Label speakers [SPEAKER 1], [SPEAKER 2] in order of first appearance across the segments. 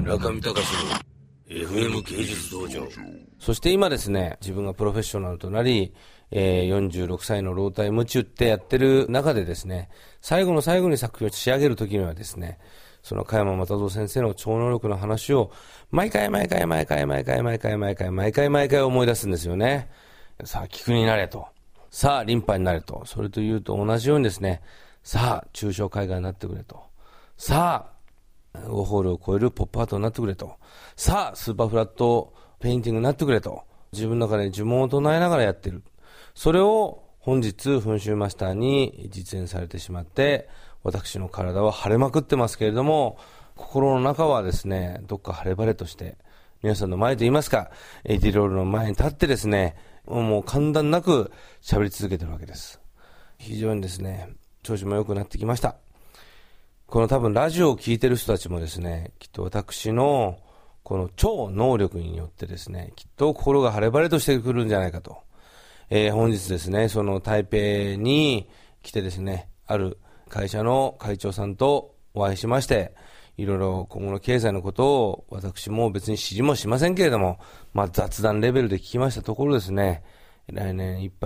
[SPEAKER 1] 村上隆の FM 芸術道場。
[SPEAKER 2] そして今ですね、自分がプロフェッショナルとなり、46歳の老体夢中ってやってる中でですね、最後の最後に作品を仕上げるときにはですね、その加山又三先生の超能力の話を毎回思い出すんですよね。さあ、菊になれと。さあ、リンパになれと。それというと同じようにですね、さあ、抽象絵画になってくれと。さあ、ウォーホールを超えるポップアートになってくれと。さあ、スーパーフラットペインティングになってくれと。自分の中で呪文を唱えながらやってる。それを本日、噴集マスターに実演されてしまって、私の体は腫れまくってますけれども、心の中はですね、どっか晴れ晴れとして、皆さんの前と言いますか、エディロールの前に立ってですね、もう間断なく喋り続けてるわけです。非常にですね、調子も良くなってきました。この多分ラジオを聞いてる人たちもですね、きっと私のこの超能力によってですね、きっと心が晴れ晴れとしてくるんじゃないかと。本日ですね、その台北に来てですね、ある会社の会長さんとお会いしまして、いろいろ今後の経済のことを私も別に指示もしませんけれども、雑談レベルで聞きましたところですね、来年の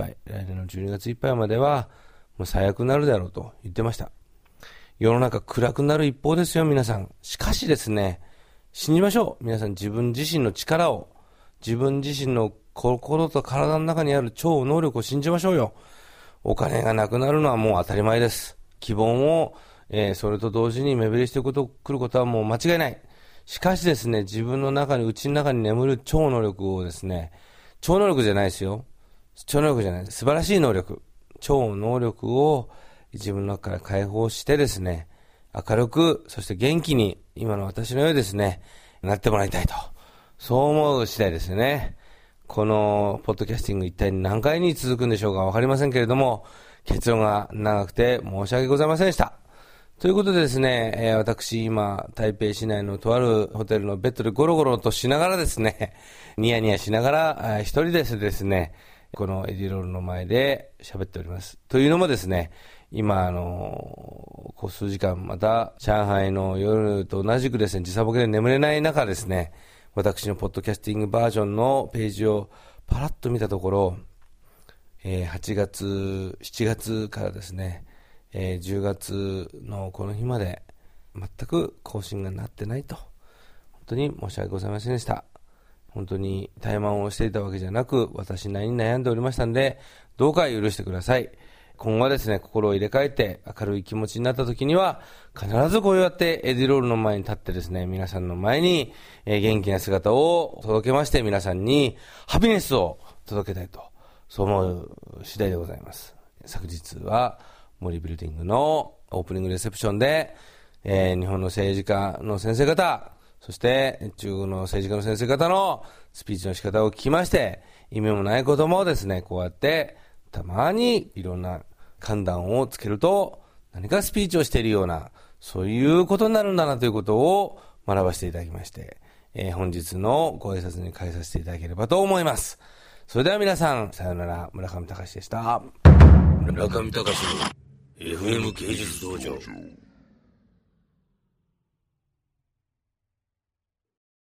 [SPEAKER 2] 12月いっぱいまではもう最悪になるだろうと言ってました。世の中暗くなる一方ですよ、皆さん。しかしですね、信じましょう。皆さん自分自身の力を、自分自身の心と体の中にある超能力を信じましょうよ。お金がなくなるのはもう当たり前です。希望も、それと同時に目減りしてくることはもう間違いない。しかしですね、自分の中に、内の中に眠る超能力をですね、超能力じゃないですよ。超能力じゃない。素晴らしい能力。超能力を自分の中から解放してですね、明るく、そして元気に、今の私のようにですね、なってもらいたいと。そう思う次第ですね。このポッドキャスティング一体何回に続くんでしょうかわかりませんけれども、結論が長くて申し訳ございませんでした。ということでですね、私今台北市内のとあるホテルのベッドでゴロゴロとしながらですね、ニヤニヤしながら一人でですね、このエディロールの前で喋っております。というのもですね、今こう数時間また上海の夜と同じくですね、時差ボケで眠れない中ですね、私のポッドキャスティングバージョンのページをパラッと見たところ、8月、7月からですね、10月のこの日まで全く更新がなってないと。本当に申し訳ございませんでした。本当に怠慢をしていたわけじゃなく、私なりに悩んでおりましたんで、どうか許してください。今後はですね、心を入れ替えて明るい気持ちになった時には、必ずこうやってエディロールの前に立ってですね、皆さんの前に、元気な姿を届けまして、皆さんにハピネスを届けたいと、そう思う次第でございます。昨日は森ビルディングのオープニングレセプションで、日本の政治家の先生方、そして中国の政治家の先生方のスピーチの仕方を聞きまして、意味もないこともですね、こうやってたまにいろんな寒暖をつけると何かスピーチをしているような、そういうことになるんだなということを学ばせていただきまして、本日のご挨拶に変えさせていただければと思います。それでは皆さん、さようなら。村上隆でした。
[SPEAKER 1] 村上隆の FM 芸術道場。